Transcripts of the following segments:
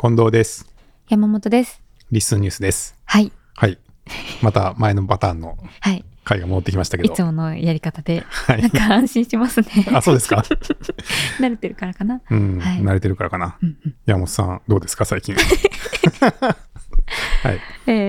近藤です。 山本です。 リッスンニュースです。 はい。 はい。また前のパターンの回が戻ってきましたけど。 いつものやり方で、 はい、 なんか安心しますね。 あ、そうですか。 慣れてるからかな。 はい、慣れてるからかな。山本さん、どうですか、最近。はい。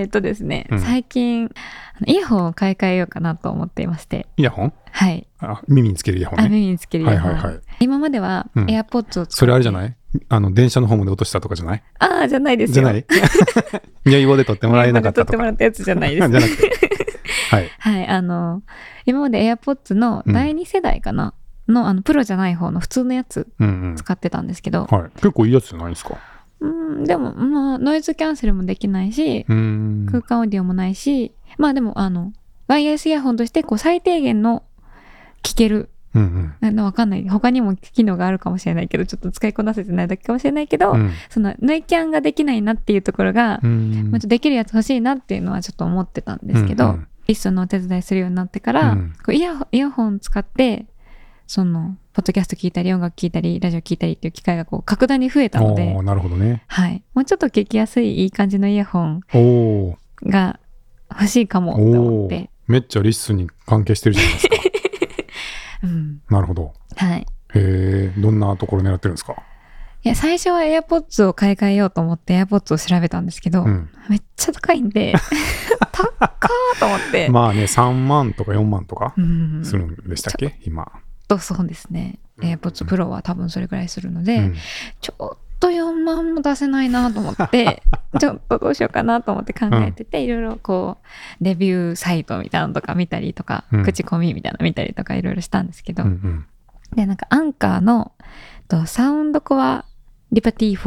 ですね、最近、イヤホンを買い替えようかなと思っていまして。 イヤホン？ はい。 耳につけるイヤホンね。 耳につけるイヤホン。 はいはいはい。 今までは AirPods を使って、 それあれじゃない？電車のホームで落としたとかじゃない？ じゃないですよ。 じゃない？如意棒で取ってもらえなかったとか。 取ってもらったやつじゃないです。 じゃなくて。はい。 はい。今まで AirPods の第2世代かな、のプロじゃない方の普通のやつ使ってたんですけど。 はい。結構いいやつじゃないですか。 でも、ノイズキャンセルもできないし、空間オーディオもないし、でも、ワイヤレスイヤホンとして、最低限の聞ける。わかんない。他にも機能があるかもしれないけど、ちょっと使いこなせてないだけかもしれないけど、その、ノイキャンができないなっていうところが、もうちょっとできるやつ欲しいなっていうのはちょっと思ってたんですけど、リストのお手伝いするようになってから、イヤホン使って、ポッドキャスト聞いたり音楽聞いたりラジオ聞いたりっていう機会が格段に増えたので、 なるほどね。 はい、もうちょっと聞きやすいいい感じのイヤホンが欲しいかもと思って。 めっちゃリスに関係してるじゃないですか。なるほど。 はい。 どんなところ狙ってるんですか？ いや、最初は AirPods を買い替えようと思って AirPods を調べたんですけど、めっちゃ高いんで高ーと思ってまあね、3万とか4万とかするんでしたっけ、今。 そうですね。AirPods Pro は多分それぐらいするので、ちょっと4万も出せないなと思ってちょっとどうしようかなと思って考えてて、いろいろレビューサイトみたいなのとか見たりとか、口コミみたいなの見たりとかいろいろしたんですけど、でなんかアンカーのサウンドコアリバティ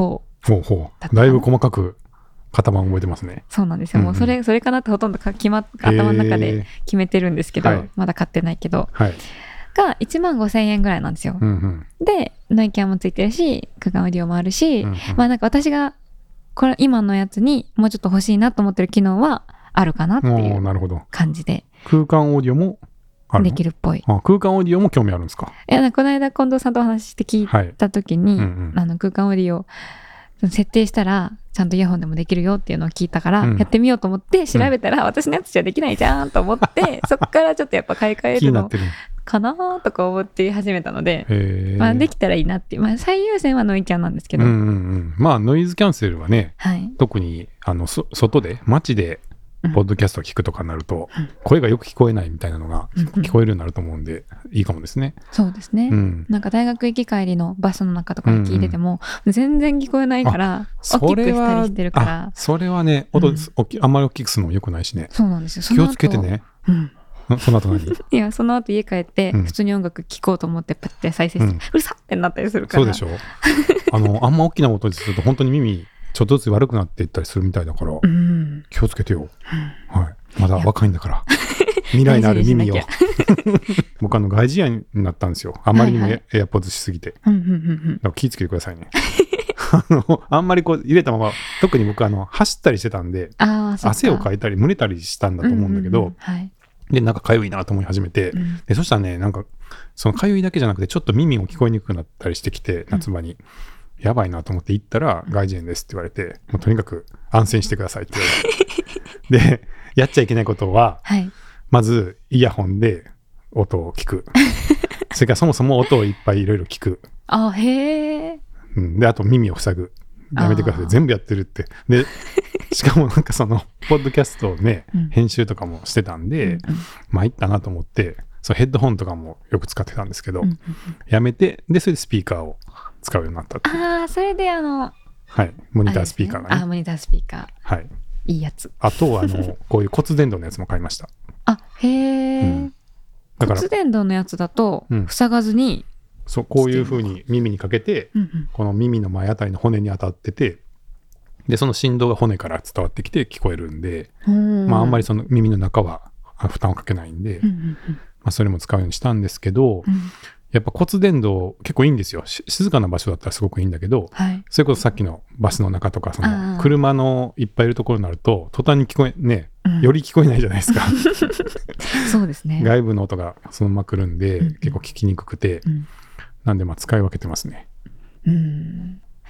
4 だいぶ細かく型番覚えてますね。 そうなんですよ。もうそれかなってほとんど頭の中で決めてるんですけど、まだ買ってないけど、が1万5,000円ぐらいなんですよ。でノイキャンもついてるし空間オーディオもあるし、なんか私が今のやつにもうちょっと欲しいなと思ってる機能はあるかなっていう感じで。 空間オーディオもあるの？ できるっぽい。 空間オーディオも興味あるんですか？ いや、この間近藤さんとお話しして聞いた時に、空間オーディオ設定したらちゃんとイヤホンでもできるよっていうのを聞いたから、やってみようと思って調べたら、私のやつじゃできないじゃんと思ってそっからちょっとやっぱ買い替えるのかなとか思って始めたので、できたらいいなっていう、最優先はノイキャンなんですけど、 ノイズキャンセルはね、特に外で街でポッドキャストを聞くとかになると、声がよく聞こえないみたいなのが聞こえるようになると思うんで、いいかもですね。 そうですね。なんか大学行き帰りのバスの中とかで聞いてても、全然聞こえないから大きくしたりしてるから。 それはね、音あんまり大きくするのも良くないしね。 そうなんですよ。 気をつけてね。その後何？ いや、その後家帰って普通に音楽聴こうと思ってパッて再生して、うるさってなったりするから。 そうでしょ。あんま大きな音にすると本当に耳ちょっとずつ悪くなっていったりするみたいだから、気をつけてよ。まだ若いんだから未来のある耳を僕外耳炎になったんですよ。あんまりにもエアポッズしすぎて。だから気をつけてくださいね。あんまり入れたまま、特に僕走ったりしてたんで、汗をかいたり蒸れたりしたんだと思うんだけど、でなんかかゆいなと思い始めて、でそしたらね、なんかそのかゆいだけじゃなくてちょっと耳も聞こえにくくなったりしてきて、夏場にやばいなと思って行ったら、外耳炎ですって言われて、もうとにかく安静してくださいって言われてでやっちゃいけないことは、まずイヤホンで音を聞くそれからそもそも音をいっぱいいろいろ聞く。であと耳を塞ぐ。やめてください。全部やってるって。でしかもなんかポッドキャストをね、編集とかもしてたんで、参ったなと思って、ヘッドホンとかもよく使ってたんですけど、やめて、でそれでスピーカーを使うようになったって。 それでモニタースピーカーがね。 モニタースピーカー。いいやつ。 あとこういう骨伝導のやつも買いました。 骨伝導のやつだと塞がずに、 こういう風に耳にかけて、この耳の前あたりの骨に当たってて、でその振動が骨から伝わってきて聞こえるんで、あんまりその耳の中は負担をかけないんで、それも使うようにしたんですけど、やっぱ骨伝導結構いいんですよ。静かな場所だったらすごくいいんだけど、それこそさっきのバスの中とか車のいっぱいいるところになると途端により聞こえないじゃないですかそうですね。 外部の音がそのまま来るんで、結構聞きにくくて、なんで使い分けてますね。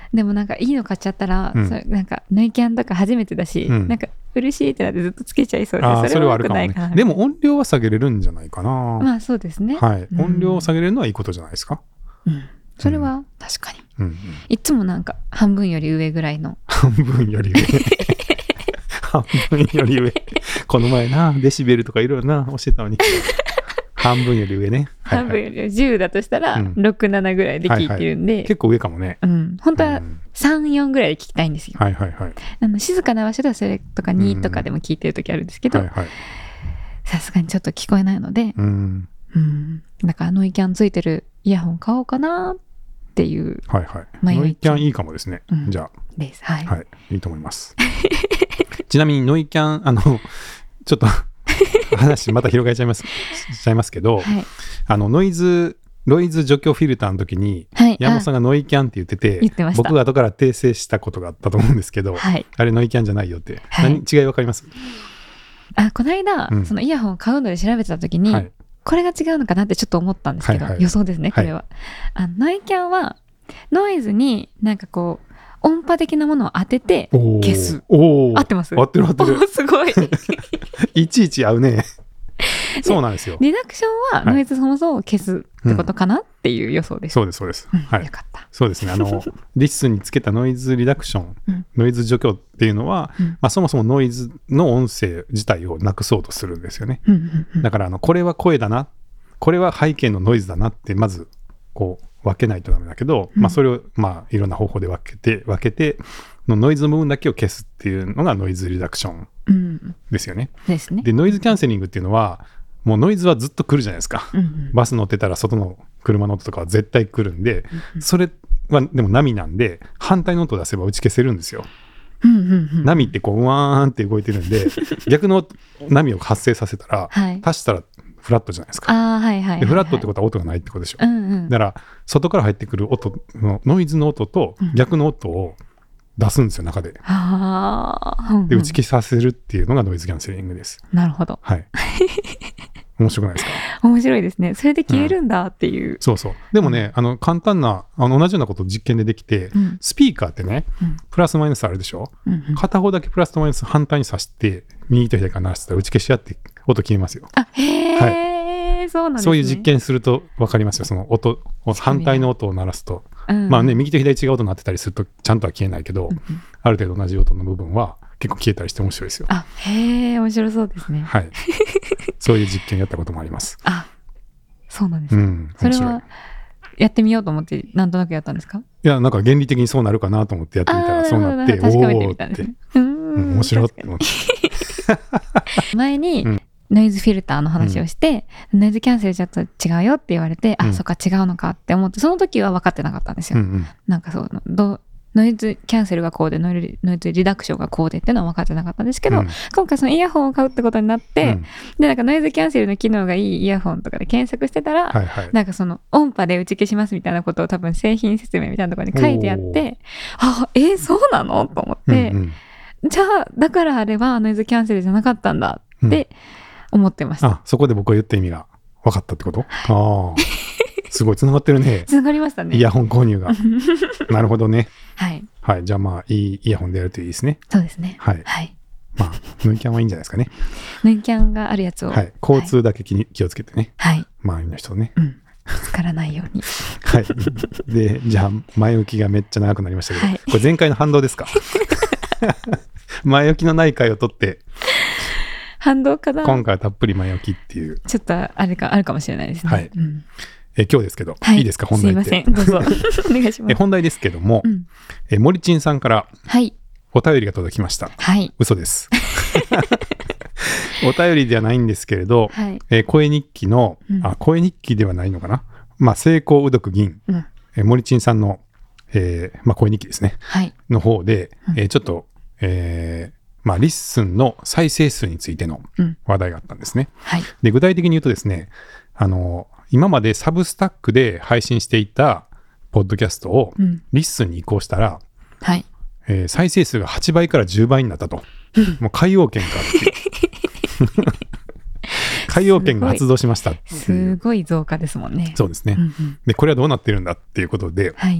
でもなんかいいの買っちゃったら、それなんかノイキャンとか初めてだし、なんか嬉しいってなってずっとつけちゃいそうで、それは悪くないかな。 でも音量は下げれるんじゃないかな。 まあそうですね。 はい。音量を下げれるのはいいことじゃないですか。 それは確かに。いつもなんか半分より上ぐらいの。 半分より上。半分より上。この前な、デシベルとかいろいろな、教えたのに。半分より上ね。 半分より上。10だとしたら、6、7ぐらいで聞いてるんで。 結構上かもね。 本当は3、4ぐらいで聞きたいんですよ。静かな場所ではそれとか2とかでも聞いてる時あるんですけど、さすがにちょっと聞こえないので、だからノイキャンついてるイヤホン買おうかなっていう。 ノイキャンいいかもですね。じゃあ。 です。はい。 いいと思います。ちなみにノイキャン、ちょっと話また広がっちゃいますけど、ノイズ除去フィルターの時に、山本さんがノイキャンって言ってて、僕が後から訂正したことがあったと思うんですけど、あれノイキャンじゃないよって。違いわかります？ この間、そのイヤホンを買うので調べてた時に、これが違うのかなってちょっと思ったんですけど、予想ですね、これは。ノイキャンは、ノイズになんかこう、音波的なものを当てて消す。合ってます？ 合ってる。 すごい。 いちいち合うね。そうなんですよ。 リダクションはノイズそもそも消すってことかなっていう予想です。 そうです。 よかった。 そうですね。リッスンにつけたノイズリダクション、ノイズ除去っていうのは、そもそもノイズの音声自体をなくそうとするんですよね。だからこれは声だな、これは背景のノイズだなってまずこう分けないとダメだけど、それをいろんな方法で分けてノイズの部分だけを消すっていうのがノイズリダクションですよね。でノイズキャンセリングっていうのはもうノイズはずっと来るじゃないですか。バス乗ってたら外の車の音とかは絶対来るんで、それはでも波なんで反対の音を出せば打ち消せるんですよ。波ってこううわーんって動いてるんで逆の波を発生させたら、足したらフラットじゃないですか。でフラットってことは音がないってことでしょ。だから外から入ってくる音のノイズの音と逆の音を出すんですよ、中で。で打ち消させるっていうのがノイズキャンセリングです。 なるほど。 面白くないですか？ 面白いですね。それで消えるんだっていう。 そう。でもね、簡単な同じようなことを実験でできて、スピーカーってね、プラスマイナスあるでしょ。片方だけプラスとマイナス反対に挿して右と左から鳴らしたら打ち消し合って音消えますよ。そうなんですね。そういう実験すると分かりますよ。その音反対の音を鳴らすと、右と左違う音になってたりするとちゃんとは消えないけど、ある程度同じ音の部分は結構消えたりして面白いですよ。 面白そうですね。 そういう実験やったこともあります。 そうなんですか。それはやってみようと思ってなんとなくやったんですか？ いや、なんか原理的にそうなるかなと思ってやってみたらそうなって、 確かめてみたんですね。 面白いって思って前にノイズフィルターの話をして、ノイズキャンセルちょっと違うよって言われて、そっか違うのかって思って、その時は分かってなかったんですよ。なんかノイズキャンセルがこうでノイズリダクションがこうでっていうのは分かってなかったんですけど、今回そのイヤホンを買うってことになって、でなんかノイズキャンセルの機能がいいイヤホンとかで検索してたら、なんかその音波で打ち消しますみたいなことを多分製品説明みたいなところに書いてあって、そうなのと思って、じゃあだからあれはノイズキャンセルじゃなかったんだって思ってました。 そこで僕が言った意味が分かったってこと？すごいつながってるね。 つながりましたね。 イヤホン購入が。なるほどね。じゃあいいイヤホンでやるといいですね。 そうですね。 ノイキャンはいいんじゃないですかね。 ノイキャンがあるやつを。 交通だけ気をつけてね。周りの人ね。 ぶつからないように。 で、じゃあ前置きがめっちゃ長くなりましたけど、これ前回の反動ですか？前置きのない回を取って。 反動かな。 今回はたっぷり前置きっていう。 ちょっとあるかもしれないですね。 今日ですけど、いいですか、本題って。 すいません、どうぞお願いします。 本題ですけども、森珍さんからお便りが届きました。嘘です。お便りではないんですけれど、声日記の、声日記ではないのかな、成功うどく銀、森珍さんの、声日記ですね、の方で、ちょっと、リッスンの再生数についての話題があったんですね。で、具体的に言うとですね、今までサブスタックで配信していたポッドキャストをリッスンに移行したら、再生数が8倍から10倍になったと。もう海洋圏かっていう海洋圏が発動しましたっていう。 すごい増加ですもんね。 そうですね。でこれはどうなってるんだっていうことで、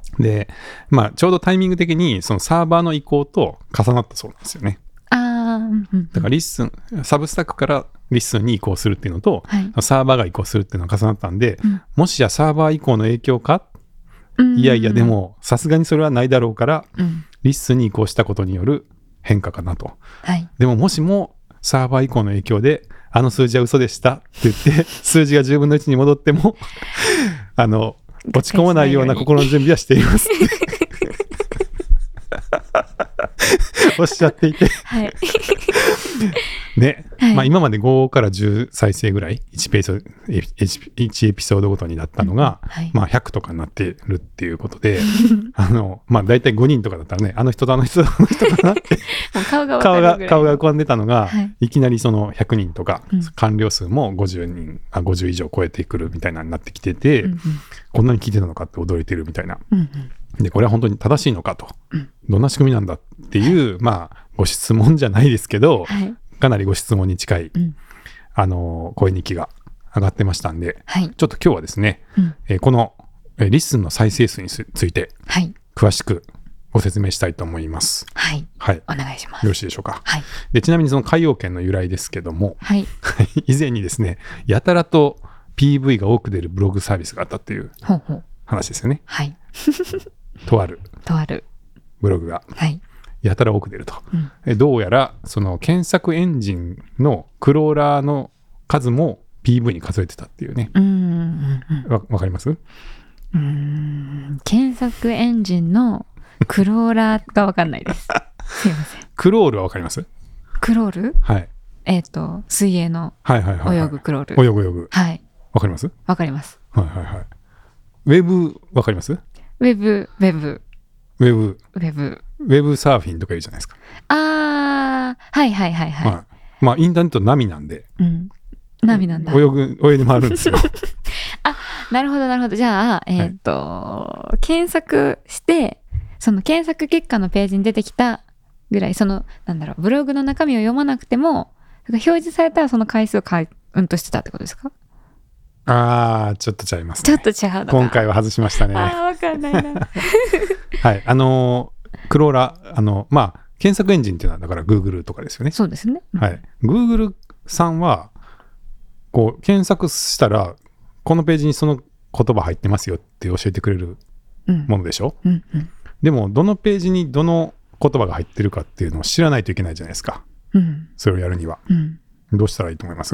で、まあ、ちょうどタイミング的にそのサーバーの移行と重なったそうなんですよね。だからサブスタックからリッスンに移行するっていうのと、はい、サーバーが移行するっていうのが重なったんで、もしやサーバー移行の影響か、いやいやでもさすがにそれはないだろうから、リッスンに移行したことによる変化かなと、はい、でももしもサーバー移行の影響であの数字は嘘でしたって言って数字が10分の1に戻っても落ち込まないような心の準備はしていますおっしゃっていて、はいね、はい、まあ、今まで5から10再生ぐらい1エピソードごとになったのが、はい、まあ、100とかになってるっていうことでまあ、大体5人とかだったらね、あの人とあの人とあの人かなってもう顔が浮かんでたのが、はい、いきなりその100人とか、完了数も50以上超えてくるみたいなになってきてて、こんなに聞いてたのかって驚いてるみたいな、でこれは本当に正しいのかと、どんな仕組みなんだっていう、まあご質問じゃないですけど、はい、かなりご質問に近い、声日記が上がってましたんで、はい、ちょっと今日はですね、このリッスンの再生数について、はい、詳しくご説明したいと思います。 はい、はい、お願いします。 よろしいでしょうか。はい、でちなみにその海洋圏の由来ですけども、はい、以前にですね、やたらと PV が多く出るブログサービスがあったっていう話ですよね。はい、とあるブログが、はい、やたら多く出ると、どうやらその検索エンジンのクローラーの数も PV に数えてたっていうね。わかります？ 検索エンジンのクローラーがわかんないです。すいません。 クロールはわかります？クロール？はい。水泳の泳ぐクロール。 泳ぐ。はい。わかります？ わかります。 はいはいはい。ウェブわかります？ウェブサーフィンとか言うじゃないですか。 はいはいはいはい。 まあインターネットの波なんで。 波なんだ。 泳いで回るんですよ。 なるほど。じゃあ、検索して、その検索結果のページに出てきたぐらい、ブログの中身を読まなくても、表示されたらその回数をカウントしてたってことですか？ ちょっとちゃいますね。 ちょっと違うのか。 今回は外しましたね。 わかんないな。 はい、クローラー、まあ、検索エンジンっていうのはだから Google とかですよね。 そうですね。 はい。Google さんは、こう、検索したら、このページにその言葉入ってますよって教えてくれるものでしょ？でも、どのページにどの言葉が入ってるかっていうのを知らないといけないじゃないですか。それをやるには。どうしたらいいと思います？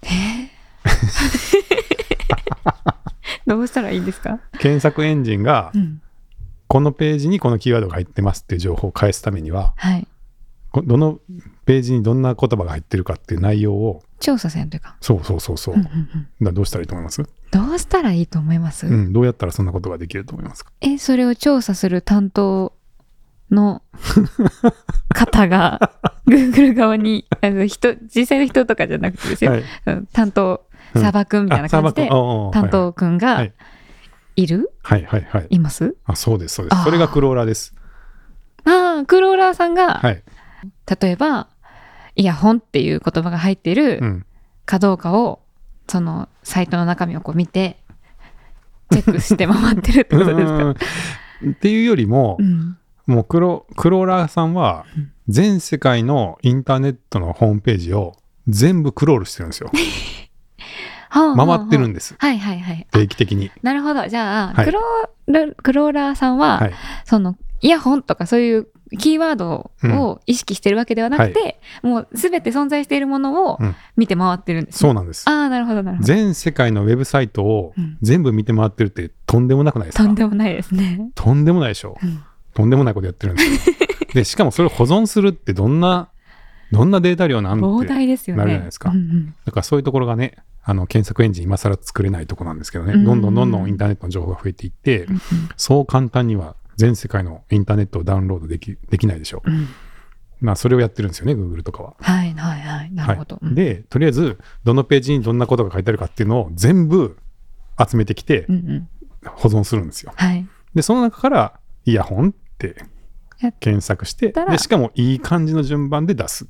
どうしたらいいんですか？ 検索エンジンが、このページにこのキーワードが入ってますっていう情報を返すためには、はい、どのページにどんな言葉が入ってるかっていう内容を調査せんというか。 そう。だどうしたらいいと思います？ どうしたらいいと思います？ どうやったらそんなことができると思いますか？ それを調査する担当の方が Google 側に実際の人とかじゃなくてですよ、はい、担当サーバーくんみたいな感じで、担当くんがいる？います？ そうです。それがクローラーです。 クローラーさんが、はい、例えばイヤホンっていう言葉が入っているかどうかを、そのサイトの中身をこう見てチェックして回ってるってことですか？ っていうよりも、もうクローラーさんは全世界のインターネットのホームページを全部クロールしてるんですよ。回ってるんです。定期的に。 なるほど。じゃあ、クローラーさんは、そのイヤホンとかそういうキーワードを意識してるわけではなくて、もう全て存在しているものを見て回ってるんです、ね。 そうなんです。 なるほど。 全世界のウェブサイトを全部見て回ってるってとんでもなくないですか？ とんでもないですね。 とんでもないでしょ。とんでもないことやってるんですよ。で、しかもそれを保存するってどんなデータ量なんてなるじゃないですか。だからそういうところがね、検索エンジン今更作れないところなんですけどね、どんどんインターネットの情報が増えていって、そう簡単には全世界のインターネットをダウンロードできないでしょう。まあそれをやってるんですよね、Google とかは。 なるほど。 で、とりあえずどのページにどんなことが書いてあるかっていうのを全部集めてきて保存するんですよ。で、その中からイヤホンって検索して、でしかもいい感じの順番で出す。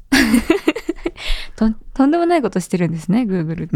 とんでもないことしてるんですね、Google って。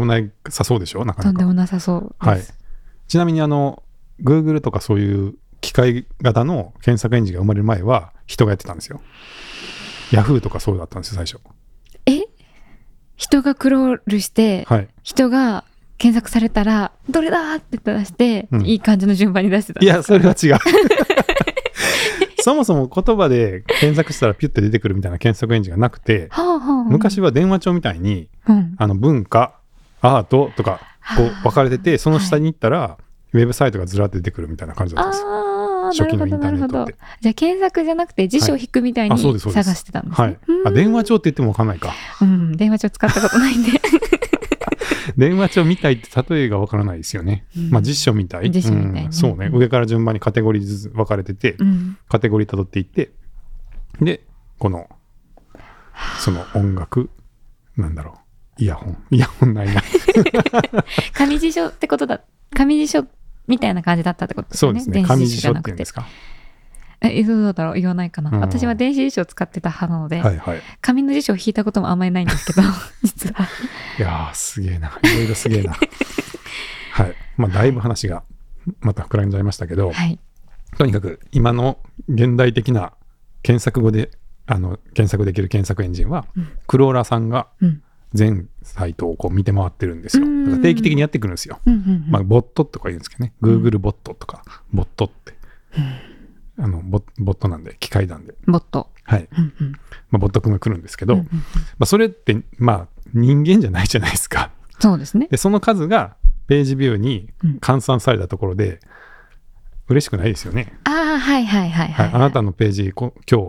とんでもないさそうでしょ、なかなか。 とんでもなさそうです。 ちなみに Google とかそういう機械型の検索エンジンが生まれる前は人がやってたんですよ。Yahoo とかそうだったんですよ最初。 人がクロールして、はい、人が検索されたらどれだって出して、いい感じの順番に出してたんですか？ いやそれは違うそもそも言葉で検索したらピュッて出てくるみたいな検索エンジンがなくて、昔は電話帳みたいに、文化アートとかこう分かれてて、その下に行ったら、ウェブサイトがずらって出てくるみたいな感じだったんですよ。初期のインターネットって。 じゃあ検索じゃなくて辞書を引くみたいに探してたんですね。 電話帳って言っても分かんないか。 電話帳使ったことないんで電話帳みたいって例えが分からないですよね。辞書みたい。そうね、上から順番にカテゴリーずつ分かれてて、カテゴリー辿っていって、でこのその音楽なんだろう、イヤホンないな紙辞書ってことだ。紙辞書みたいな感じだったってことですよね。 そうですね。紙辞書っていうんですか。 どうだろう、言わないかな。私は電子辞書を使ってた派なので、紙の辞書を引いたこともあんまりないんですけど実は。 いやーすげえな、いろいろすげえなはい、だいぶ話がまた膨らんじゃいましたけど、とにかく今の現代的な検索語で検索できる検索エンジンは、クローラーさんが全サイトをこう見て回ってるんですよ。だから定期的にやってくるんですよ。ボットとか言うんですけどね、Google ボットとか、ボットって、ボットなんで、機械なんで。 ボット。 はい。ボット君が来るんですけど、それって人間じゃないじゃないですか。 そうですね。 でその数がページビューに換算されたところで、嬉しくないですよね。 あなたのページ今日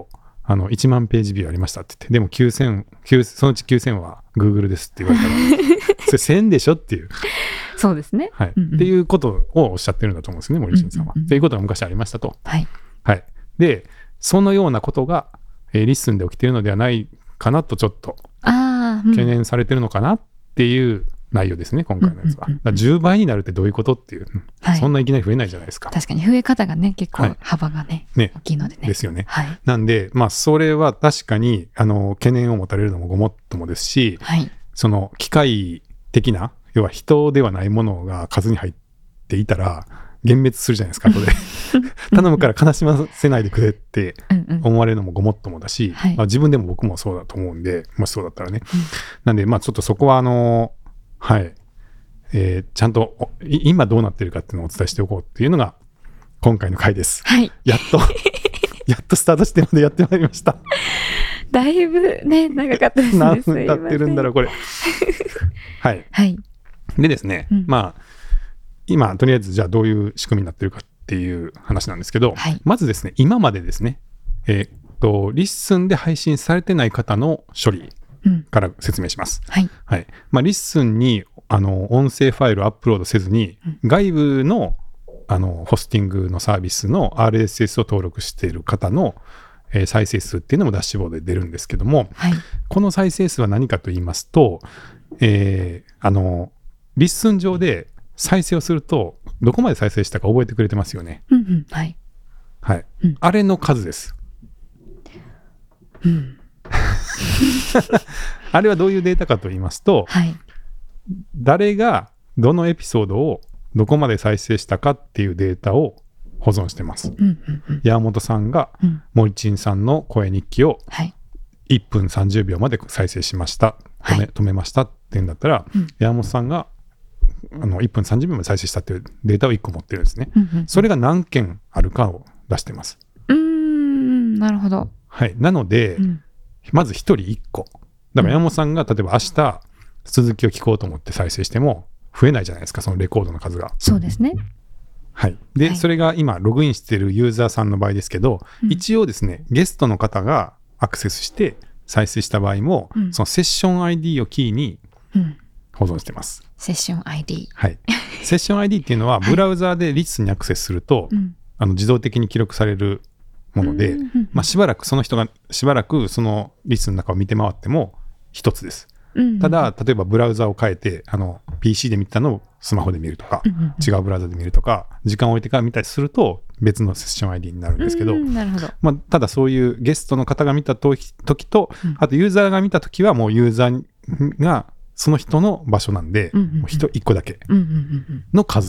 1万ページビューありましたって言って、でも9000そのうち9000は Google ですって言われたらそれ1000でしょっていう。 そうですね。 っていうことをおっしゃってるんだと思うんですね、森進さんは。っていうことが昔ありましたと。でそのようなことが、リッスンで起きているのではないかなとちょっと懸念されてるのかなっていう内容ですね、今回のやつは。10倍になるってどういうことっていう、そんないきなり増えないじゃないですか。 確かに増え方がね、結構幅がね、大きいのでね。 ですよね。なんでそれは確かに懸念を持たれるのもごもっともですし、その機械的な、要は人ではないものが数に入っていたら幻滅するじゃないですか、後で頼むから悲しませないでくれって思われるのもごもっともだし、自分でも僕もそうだと思うんで、もしそうだったらね、なんでちょっとそこはちゃんと今どうなってるかっていうのをお伝えしておこうっていうのが今回の回です。やっとスタートしてまでやってまいりましただいぶね長かったですね。 何分経ってるんだろうこれでですね、今とりあえずじゃあどういう仕組みになってるかっていう話なんですけど、まずですね、今までですね、リッスンで配信されてない方の処理から説明します。リッスンに音声ファイルをアップロードせずに、外部のホスティングのサービスの RSS を登録している方の、再生数っていうのもダッシュボードで出るんですけども、この再生数は何かと言いますと、リッスン上で再生をするとどこまで再生したか覚えてくれてますよね。あれの数です。あれはどういうデータかと言いますと、誰がどのエピソードをどこまで再生したかっていうデータを保存してます。山本さんが森珍さんの声日記を1分30秒まで再生しました、止めましたっていうんだったら、山本さんが1分30秒まで再生したっていうデータを1個持ってるんですね。それが何件あるかを出してます。 なるほど。 なので、まず1人1個だから山本さんが例えば明日続きを聞こうと思って再生しても増えないじゃないですか、そのレコードの数が。 そうですね。 で、それが今ログインしているユーザーさんの場合ですけど、一応ですね、ゲストの方がアクセスして再生した場合も、そのセッション ID をキーに保存してます。 セッション ID。 セッション ID っていうのはブラウザーでリッスンにアクセスすると、自動的に記録されるもので、しばらくその人がしばらくそのリッスンの中を見て回っても一つです。ただ例えばブラウザを変えてPC で見たのをスマホで見るとか、違うブラウザで見るとか、時間を置いてから見たりすると別のセッション ID になるんですけど、ただそういうゲストの方が見た時と、あとユーザーが見た時はもうユーザーがその人の場所なんで、もう人1個だけの数です。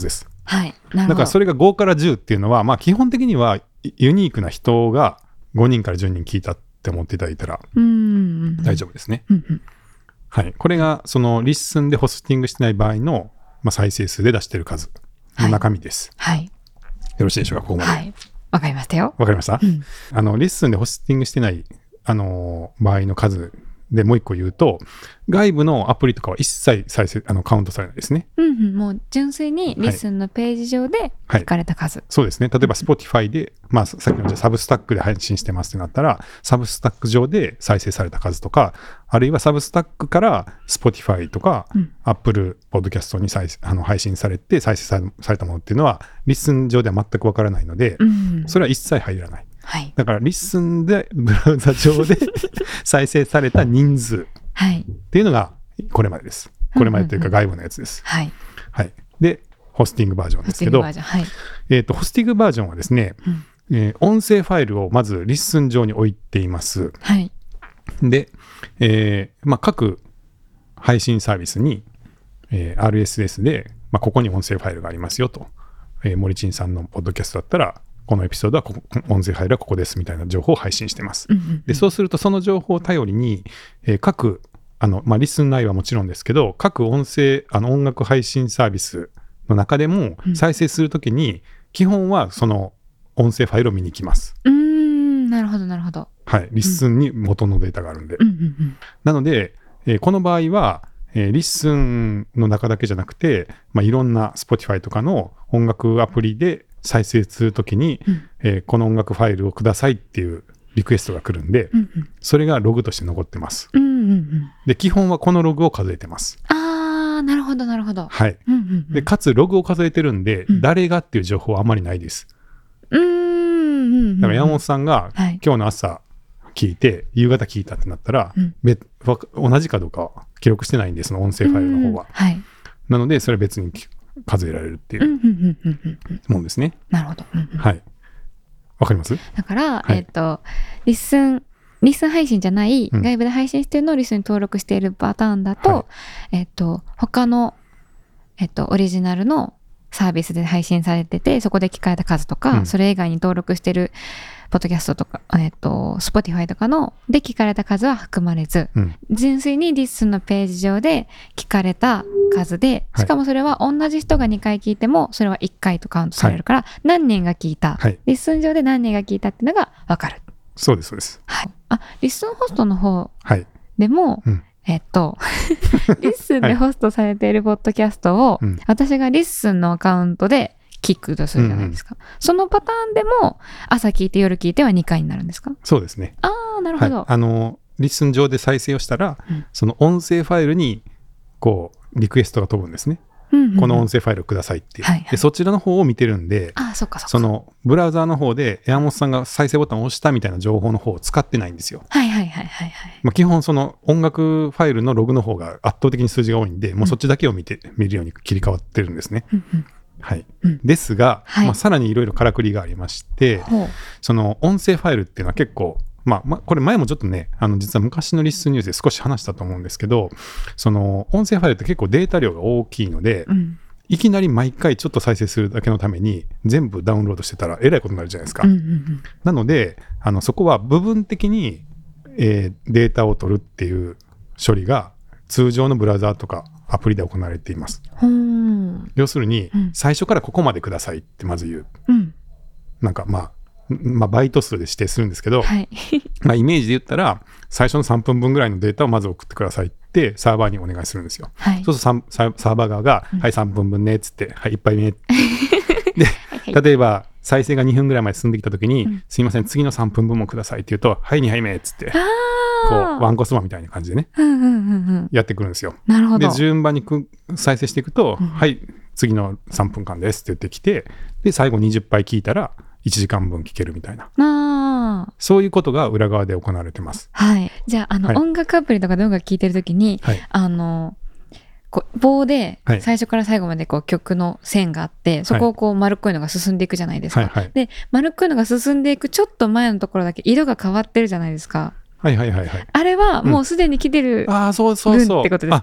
はい、 だからそれが5から10っていうのは、まあ、基本的にはユニークな人が5人から10人聞いたって思っていただいたら大丈夫ですね。はい、これがそのリッスンでホスティングしてない場合の、まあ、再生数で出している数の中身です。 はい、よろしいでしょうか、ここまで。 はい、わかりましたよ。 わかりました、リッスンでホスティングしてない、場合の数でもう一個言うと、外部のアプリとかは一切カウントされないですね。 もう純粋にリスンのページ上で聞かれた数。 そうですね。例えば Spotify で、まあ、さっきのサブスタックで配信してますってなったら、サブスタック上で再生された数とか、あるいはサブスタックから Spotify とか、Apple Podcast に配信されて再生されたものっていうのは、リスン上では全くわからないので、それは一切入らない。だからリッスンでブラウザ上で再生された人数っていうのがこれまでです。これまでというか外部のやつです。で、ホスティングバージョンですけど、ホスティングバージョンはですね、音声ファイルをまずリッスン上に置いています。で、まあ、各配信サービスに、RSS で、まあ、ここに音声ファイルがありますよと。森珍さんのポッドキャストだったら、このエピソードは音声ファイルはここですみたいな情報を配信してます。で、そうするとその情報を頼りに、各まあ、リスン内はもちろんですけど、各音楽配信サービスの中でも再生するときに、基本はその音声ファイルを見に来ます。 なるほどなるほど。 はい、リスンに元のデータがあるんで。なので、この場合は、リスンの中だけじゃなくて、まあ、いろんな Spotify とかの音楽アプリで再生するときに、この音楽ファイルをくださいっていうリクエストが来るんで、それがログとして残ってます。で、基本はこのログを数えてます。 なるほどなるほど。 はい。で、かつログを数えてるんで、誰がっていう情報はあまりないです。だから山本さんが今日の朝聞いて、夕方聞いたってなったら、同じかどうかは記録してないんです、その音声ファイルの方は。なので、それは別に数えられるっていうもんですね。 なるほど。 はい。わかります？ だから、リスン配信じゃない外部で配信しているのをリスンに登録しているパターンだと、他の、オリジナルのサービスで配信されてて、そこで聞かれた数とか、それ以外に登録しているポッドキャストとか、Spotify とかので聞かれた数は含まれず、純粋にリスンのページ上で聞かれた数で、しかもそれは同じ人が2回聞いても、それは1回とカウントされるから、何人が聞いた、リスン上で何人が聞いたっていうのが分かる。 そうです、そうです。 リスンホストの方でも、リッスンでホストされているポッドキャストを、私がリッスンのアカウントで聞くとするじゃないですか。そのパターンでも朝聞いて夜聞いては2回になるんですか？ そうですね。 なるほど。 リッスン上で再生をしたら、その音声ファイルにこうリクエストが飛ぶんですね。この音声ファイルをくださいっていう、でそちらの方を見てるんで、そのブラウザーの方で山本さんが再生ボタンを押したみたいな情報の方を使ってないんですよ。基本その音楽ファイルのログの方が圧倒的に数字が多いんで、もうそっちだけを見るように切り替わってるんですね。ですが、さらにいろいろからくりがありまして、その音声ファイルっていうのは結構これ前もちょっとね、実は昔のリスンニュースで少し話したと思うんですけど、その音声ファイルって結構データ量が大きいので、いきなり毎回ちょっと再生するだけのために全部ダウンロードしてたらえらいことになるじゃないですか。なのでそこは部分的に、データを取るっていう処理が通常のブラウザーとかアプリで行われています。要するに、最初からここまでくださいってまず言う。なんかバイト数で指定するんですけど、イメージで言ったら最初の3分分ぐらいのデータをまず送ってくださいってサーバーにお願いするんですよ。そうするとサーバー側が、はい3分分ねっつって、はい1杯目で例えば再生が2分ぐらいまで進んできた時に、すいません次の3分分もくださいって言うと、はい2杯目っつってこうワンコスマみたいな感じでね、やってくるんですよ。で順番に再生していくと、はい次の3分間ですって言ってきて、で最後20杯聞いたら1時間分聞けるみたいな、そういうことが裏側で行われてます。 じゃあ、音楽アプリとかで音楽聴いてるときに、こう棒で最初から最後までこう曲の線があって、そこをこう丸っこいのが進んでいくじゃないですか。で丸っこいのが進んでいくちょっと前のところだけ色が変わってるじゃないですか。あれはもうすでに来てる分ってことですか？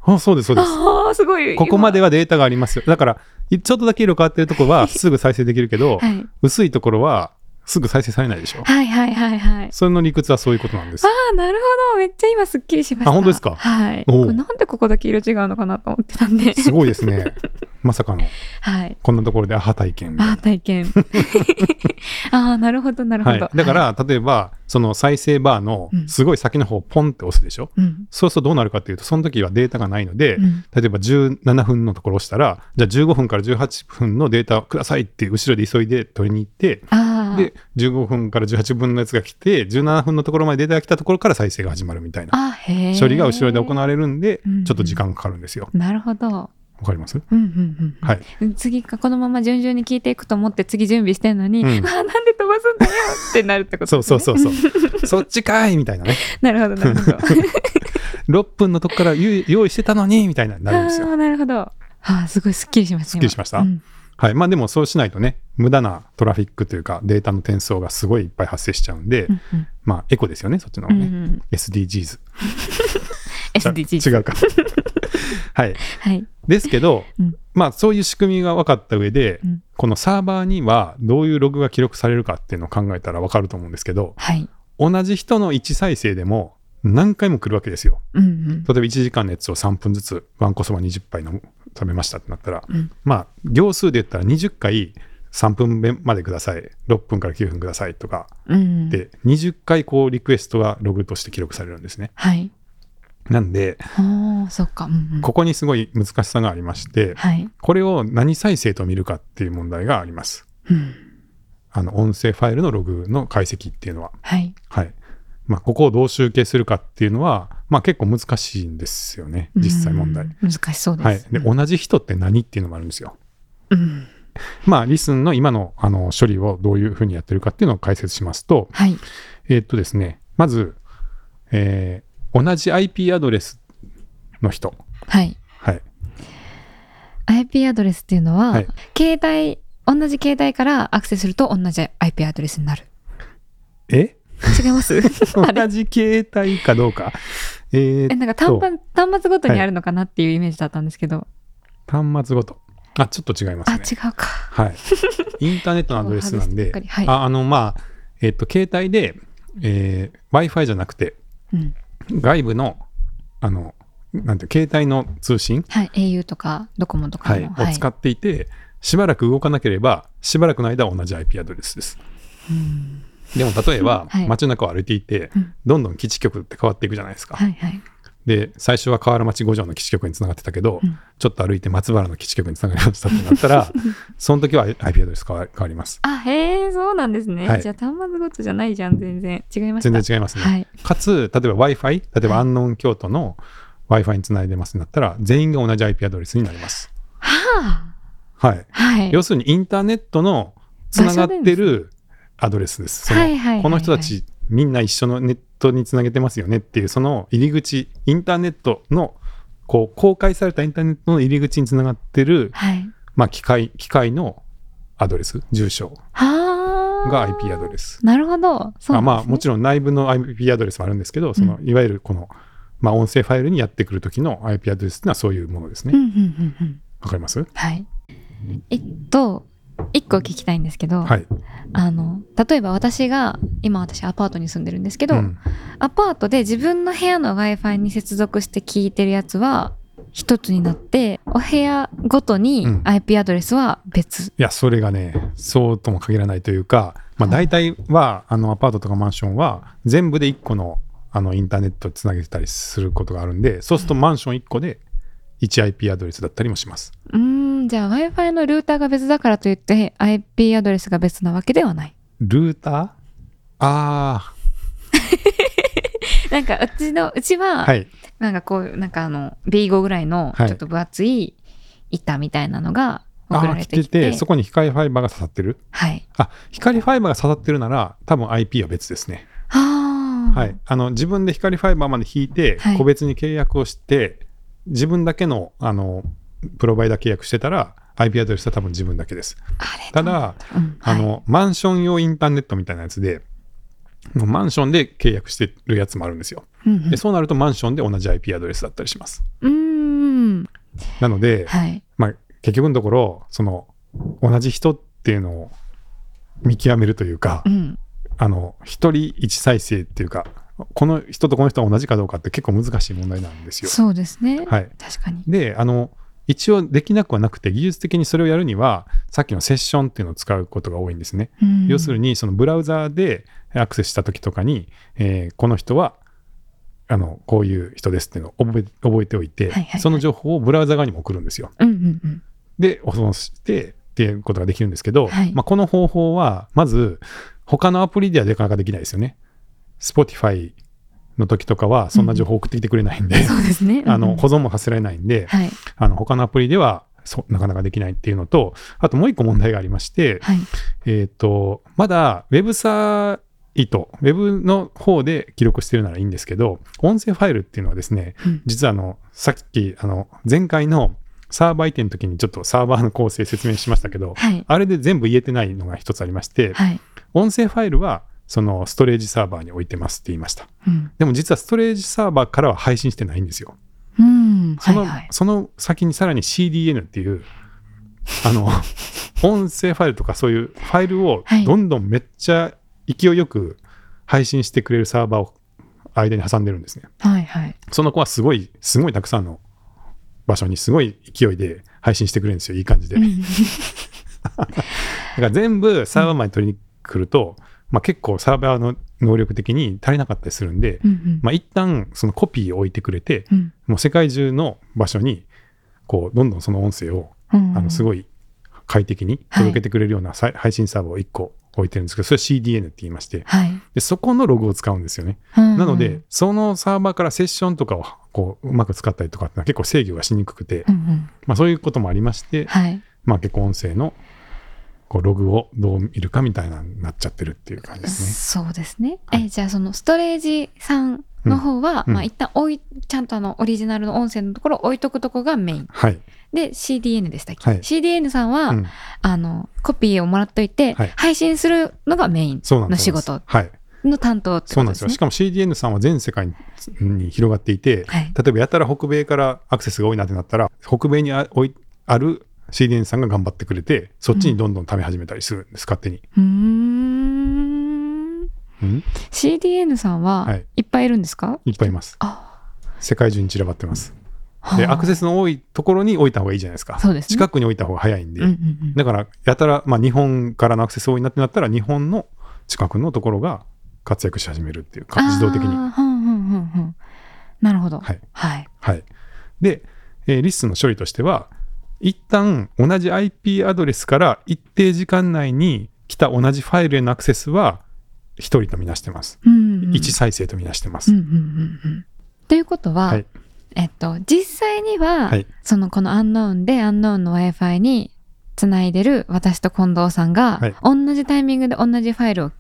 あ、そうですそうです。 あ、すごい。 ここまではデータがありますよ。だからちょっとだけ色変わってるところはすぐ再生できるけど、はい、薄いところはすぐ再生されないでしょ。 はいはいはいはい。 それの理屈はそういうことなんです。 ああ、なるほど。めっちゃ今すっきりしました。 あ、本当ですか。 はい。なんでここだけ色違うのかなと思ってたんで。 すごいですね。まさかの、 はい、 こんなところでアハ体験。 アハ体験。ああ、なるほどなるほど。はい、 だから、例えばその再生バーのすごい先の方をポンって押すでしょ。そうするとどうなるかっていうと、その時はデータがないので、例えば17分のところを押したら、じゃあ15分から18分のデータをくださいって後ろで急いで取りに行って、で15分から18分のやつが来て、17分のところまでデータが来たところから再生が始まるみたいな処理が後ろで行われるんで、ちょっと時間がかかるんですよ。 なるほど。 わかります？ はい。次このまま順々に聞いていくと思って次準備してんのに、なんで飛ばすんだよってなるってことですね。 そうそっちかいみたいなね。 なるほどなるほど。 6分のとこから用意してたのにみたいななるんですよ。 なるほど。すごいすっきりしました。 すっきりしました。はい。まあでもそうしないとね、無駄なトラフィックというかデータの転送がすごいいっぱい発生しちゃうんで、まあエコですよね、そっちの方ね。SDGs。 SDGs。 違うか。はい。ですけど、まあそういう仕組みが分かった上で、このサーバーにはどういうログが記録されるかっていうのを考えたら分かると思うんですけど、同じ人の1再生でも何回も来るわけですよ。例えば1時間のやつを3分ずつわんこそば20杯食べましたってなったら、まあ行数で言ったら20回3分目までください、6分から9分くださいとか、で20回こうリクエストがログとして記録されるんですね。なんで、ここにすごい難しさがありまして、これを何再生と見るかっていう問題があります。音声ファイルのログの解析っていうのは。まあ、ここをどう集計するかっていうのは、まあ、結構難しいんですよね、実際問題。 難しそうです。 で、同じ人って何っていうのもあるんですよ。まあ、リスンの今の、処理をどういうふうにやってるかっていうのを解説しますと、ですね、まず、同じ IP アドレスの人。 IP アドレスっていうのは、同じ携帯からアクセスすると同じ IP アドレスになる。違います？ 同じ携帯かどうか。 なんか端末ごとにあるのかなっていうイメージだったんですけど。 端末ごと。ちょっと違いますね。 違うか。 インターネットのアドレスなんで、まあ、携帯で、Wi-Fi じゃなくて、外部の、なんて携帯の通信、 au とかドコモとかを使っていて、しばらく動かなければ、しばらくの間は同じ IP アドレスです。でも例えば、街中を歩いていて、どんどん基地局って変わっていくじゃないですか。で、最初は河原町五条の基地局につながってたけど、ちょっと歩いて松原の基地局につながりましたってなったら、その時は IP アドレス変わります。 そうなんですね。じゃあ端末ごとじゃないじゃん、全然違いました。 全然違いますね。かつ、例えば Wi-Fi、例えば安納京都の Wi-Fi につないでますってなったら、全員が同じ IP アドレスになります。要するにインターネットのつながってるアドレスです。この人たちみんな一緒のネットにつなげてますよねっていう、その入り口、インターネットのこう公開されたインターネットの入り口につながってる、まあ、機械のアドレス、住所が IP アドレス。 なるほど。 まあもちろん内部の IP アドレスもあるんですけど、そのいわゆるこの、まあ、音声ファイルにやってくる時の IP アドレスっていうのはそういうものですね。わかります？ 1個聞きたいんですけど、例えば私アパートに住んでるんですけど、アパートで自分の部屋の Wi-Fi に接続して聞いてるやつは一つになって、お部屋ごとに IP アドレスは別。 いや、それがね、そうとも限らないというか、まあ、大体はアパートとかマンションは全部で1個のインターネットをつなげてたりすることがあるんで、そうするとマンション1個で1IP アドレスだったりもします。 じゃあ Wi-Fi のルーターが別だからといって IP アドレスが別なわけではない。 ルーター？ なんかうちは、なんかこうなんかB5 ぐらいのちょっと分厚い板みたいなのが送られてきて、 そこに光ファイバーが刺さってる。光ファイバーが刺さってるなら多分 IP は別ですね。自分で光ファイバーまで引いて個別に契約をして、自分だけのプロバイダー契約してたら IP アドレスは多分自分だけです。ただ、マンション用インターネットみたいなやつでマンションで契約してるやつもあるんですよ。でそうなるとマンションで同じ IP アドレスだったりします。 なので、 はい、 結局のところその同じ人っていうのを見極めるというか、一人一再生っていうか、この人とこの人は同じかどうかって結構難しい問題なんですよ。 そうですね、 はい、 確かに。 で一応できなくはなくて、技術的にそれをやるにはさっきのセッションっていうのを使うことが多いんですね。要するにそのブラウザーでアクセスした時とかに、この人はこういう人ですっていうのを覚えておいて、その情報をブラウザ側にも送るんですよ。で保存してっていうことができるんですけど、この方法はまず他のアプリではなかなかできないですよね。Spotify の時とかはそんな情報送ってきてくれないんで、 そうですね、 保存もさせられないんで、他のアプリではなかなかできないっていうのと、あともう一個問題がありまして、まだウェブサイト、ウェブの方で記録してるならいいんですけど、音声ファイルっていうのはですね、実はさっき前回のサーバー移転の時にちょっとサーバーの構成説明しましたけど、あれで全部言えてないのが一つありまして、音声ファイルはそのストレージサーバーに置いてますって言いました。でも実はストレージサーバーからは配信してないんですよ。その先にさらに CDN っていう音声ファイルとかそういうファイルをどんどんめっちゃ勢いよく配信してくれるサーバーを間に挟んでるんですね。その子はすごいたくさんの場所にすごい勢いで配信してくれるんですよ、いい感じで。だから全部サーバーまで取りに来ると、結構サーバーの能力的に足りなかったりするんで、一旦そのコピーを置いてくれて、もう世界中の場所にこうどんどんその音声をすごい快適に届けてくれるような配信サーバーを1個置いてるんですけど、それは CDN って言いまして、でそこのログを使うんですよね。なのでそのサーバーからセッションとかをこううまく使ったりとかってのは結構制御がしにくくて、そういうこともありまして、結構音声のこうログをどう見るかみたいなになっちゃってるっていう感じですね。 そうですね。じゃあそのストレージさんの方は、一旦ちゃんとオリジナルの音声のところ置いとくとこがメイン。で CDN でしたっけ、CDN さんは、コピーをもらっといて、配信するのがメインの仕事の担当ってことですね。 そうなんですよ。しかも CDN さんは全世界に広がっていて、例えばやたら北米からアクセスが多いなってなったら、北米にあるCDN さんが頑張ってくれて、そっちにどんどん貯め始めたりするんです、勝手に。 CDN さんはいっぱいいるんですか？ いっぱいいます。世界中に散らばってます。でアクセスの多いところに置いた方がいいじゃないですか。 そうですね、 近くに置いた方が早いんで、だからやたら、日本からのアクセス多いなってなったら、日本の近くのところが活躍し始めるっていうか、自動的に。 なるほど。 で、リスの処理としては、一旦同じ IP アドレスから一定時間内に来た同じファイルへのアクセスは1人とみなしてます。1再生とみなしてます。 ということは、実際には、このアンノウンでアンノウンの Wi-Fi につないでる私と近藤さんが、同じタイミングで同じファイルを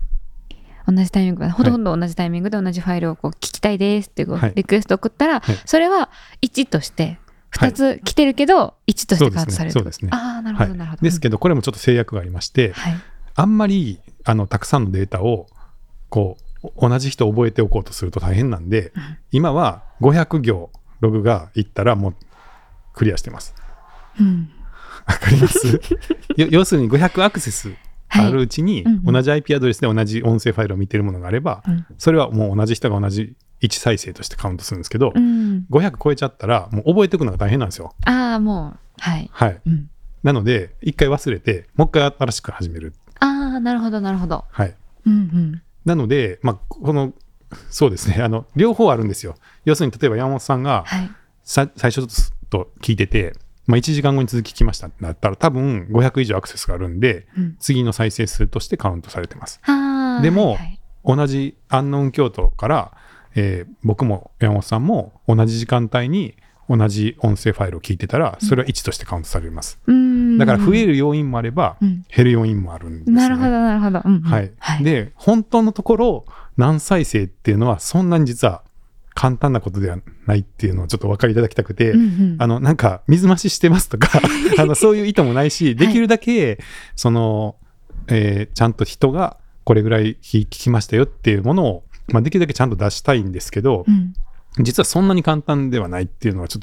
ほとんど同じタイミングで同じファイルをこう聞きたいですってリクエスト送ったら、それは1として2つ来てるけど1としてカウントされる。 そうですね。 なるほどなるほど。 ですけどこれもちょっと制約がありまして、あんまりたくさんのデータをこう同じ人を覚えておこうとすると大変なんで、今は500行ログがいったらもうクリアしてます。わかります要するに500アクセスあるうちに同じ IP アドレスで同じ音声ファイルを見てるものがあれば、それはもう同じ人が同じ1再生としてカウントするんですけど、500超えちゃったらもう覚えておくのが大変なんですよ。 もうなので一回忘れてもう一回新しく始める。 なるほどなるほど。 なのでそうですね、両方あるんですよ。要するに例えば山本さんが、最初と聞いてて、1時間後に続き聞きましたってなったら多分500以上アクセスがあるんで、次の再生数としてカウントされてます。でも、同じアンノウン京都から、僕も山本さんも同じ時間帯に同じ音声ファイルを聞いてたら、それは1としてカウントされます。だから増える要因もあれば、減る要因もあるんですね。 なるほどなるほど。 で本当のところ何再生っていうのはそんなに実は簡単なことではないっていうのをちょっとお分かりいただきたくて、なんか水増ししてますとかそういう意図もないし、できるだけちゃんと人がこれぐらい聞きましたよっていうものを、できるだけちゃんと出したいんですけど、実はそんなに簡単ではないっていうのはちょっと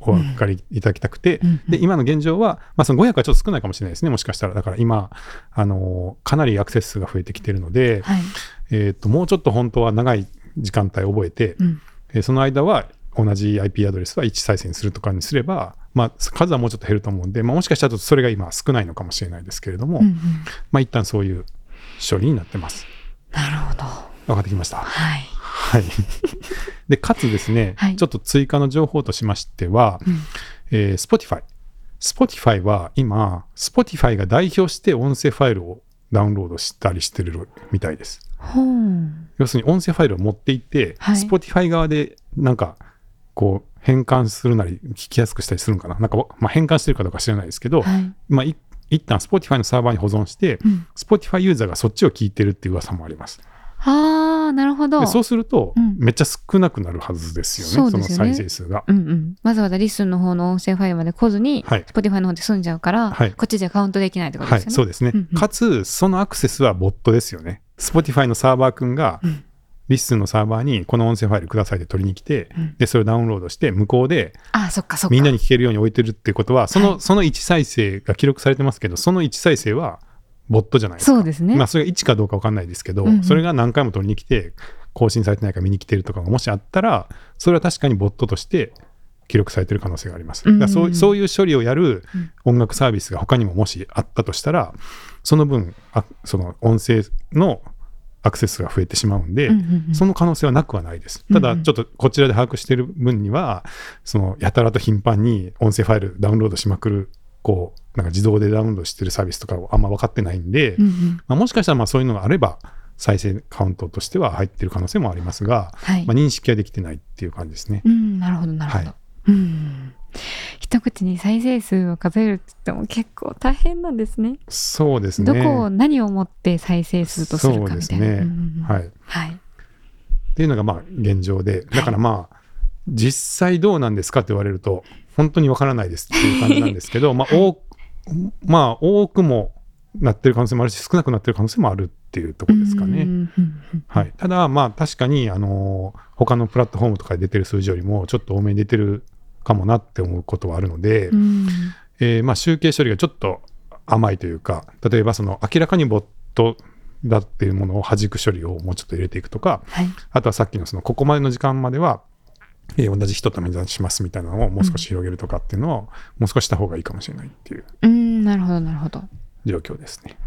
お分かりいただきたくて、で今の現状は、その500はちょっと少ないかもしれないですね、もしかしたら。だから今かなりアクセス数が増えてきているので、もうちょっと本当は長い時間帯を覚えて、その間は同じ IP アドレスは1再生するとかにすれば、数はもうちょっと減ると思うんで、もしかしたらそれが今少ないのかもしれないですけれども、一旦そういう処理になってます。 なるほど。 分かってきました。 はい。 はい、でかつですね、ちょっと追加の情報としましては、Spotify は今 Spotify が代表して音声ファイルをダウンロードしたりしてるみたいです。要するに音声ファイルを持っていって、Spotify 側でなんかこう変換するなり聞きやすくしたりするのかな、変換してるかどうか知らないですけど、一旦 Spotify のサーバーに保存して、Spotify ユーザーがそっちを聞いてるっていう噂もあります。 なるほど。 でそうすると、めっちゃ少なくなるはずですよね、その再生数が。 わざわざリスンの方の音声ファイルまで来ずに、Spotify の方で済んじゃうから、こっちじゃカウントできないってことですよね。 そうですね。かつ、そのアクセスはボットですよね。Spotify のサーバー君が、リスンのサーバーにこの音声ファイルくださいって取りに来て、でそれをダウンロードして向こうでみんなに聞けるように置いてるってことは、その1再生が記録されてますけど、その1再生はボットじゃないですか。 そうですね。 それが1かどうか分かんないですけど、それが何回も取りに来て更新されてないか見に来てるとかがもしあったら、それは確かにボットとして記録されてる可能性があります。だからそういう処理をやる音楽サービスが他にももしあったとしたら、その分その音声のアクセスが増えてしまうんで、その可能性はなくはないです。ただちょっとこちらで把握している分には、そのやたらと頻繁に音声ファイルダウンロードしまくるなんか自動でダウンロードしてるサービスとかをあんま分かってないんで、もしかしたらそういうのがあれば再生カウントとしては入っている可能性もありますが、認識はできてないっていう感じですね。 なるほどなるほど。一口に再生数を数えるって言っても結構大変なんですね。 そうですね。 どこを何をもって再生数とするかみたいな。 そうですね。っていうのが現状で、だから実際どうなんですかって言われると本当にわからないですっていう感じなんですけど、多くもなってる可能性もあるし、少なくなってる可能性もあるっていうところですかね。ただ確かに他のプラットフォームとかで出てる数字よりもちょっと多めに出てるかもなって思うことはあるので、集計処理がちょっと甘いというか、例えばその明らかにボットだっていうものを弾く処理をもうちょっと入れていくとか、あとはさっきのここまでの時間までは同じ人と面談しますみたいなのをもう少し広げるとかっていうのをもう少しした方がいいかもしれないっていう、 なるほどなるほど、 状況ですね。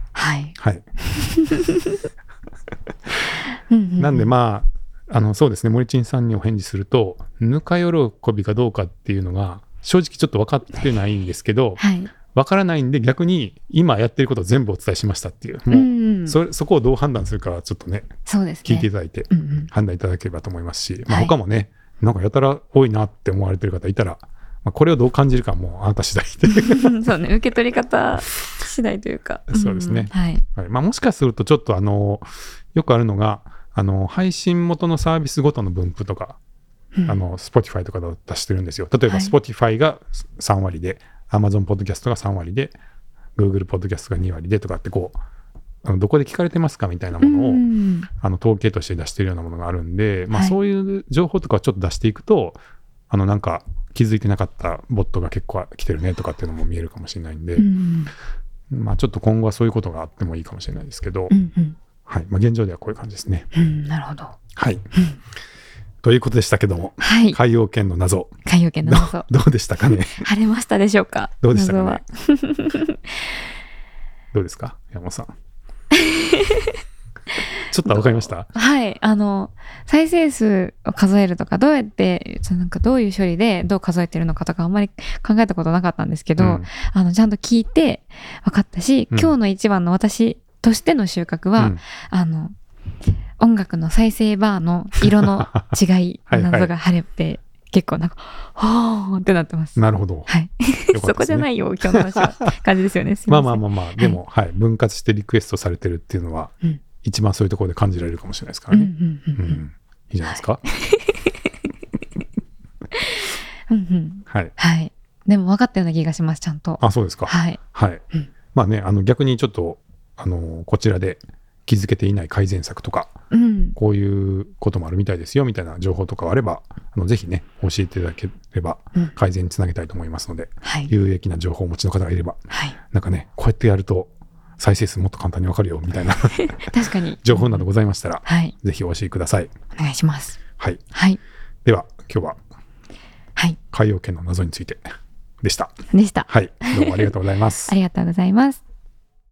なんでそうですね、森珍さんにお返事すると、ぬか喜びかどうかっていうのが正直ちょっと分かってないんですけど、分からないんで逆に今やってることを全部お伝えしましたっていう、もうそこをどう判断するかはちょっとね、聞いていただいて判断いただければと思いますし、他もね、なんかやたら多いなって思われてる方いたら、これをどう感じるかはもうあなた次第でそうね、受け取り方次第というかそうですね。もしかするとちょっとよくあるのが、配信元のサービスごとの分布とか、Spotify とかで出してるんですよ。例えば Spotify が3割で、Amazon Podcast が3割で、Google Podcast が2割でとかってどこで聞かれてますかみたいなものを統計として出してるようなものがあるんで、そういう情報とかをちょっと出していくと、なんか気づいてなかったボットが結構来てるねとかっていうのも見えるかもしれないんで、ちょっと今後はそういうことがあってもいいかもしれないですけど、現状ではこういう感じですね。 なるほど。 ということでしたけども、海洋圏の謎どうでしたかね。 晴れましたでしょうか。 どうでしたかね。どうですか山本さん。ちょっと分かりました。 再生数を数えるとか、どうやってどういう処理でどう数えてるのかとかあんまり考えたことなかったんですけど、ちゃんと聞いて分かったし、今日の一番の私としての収穫は、音楽の再生バーの色の違い謎が晴れて結構なんかはーってなってます。 なるほど。 そこじゃないよ今日の話は感じですよね。 でも分割してリクエストされてるっていうのは、一番そういうところで感じられるかもしれないですからね。いいじゃないですか。 でも分かったような気がします、ちゃんと。 そうですか。逆にちょっとこちらで気づけていない改善策とか、こういうこともあるみたいですよみたいな情報とかあればぜひね、教えていただければ改善につなげたいと思いますので、有益な情報をお持ちの方がいれば、なんかね、こうやってやると再生数もっと簡単にわかるよみたいな確かに情報などございましたら、ぜひお教えください。 お願いします。 はい。では今日は海洋圏の謎についてでした。 はい。 どうもありがとうございます。 ありがとうございます。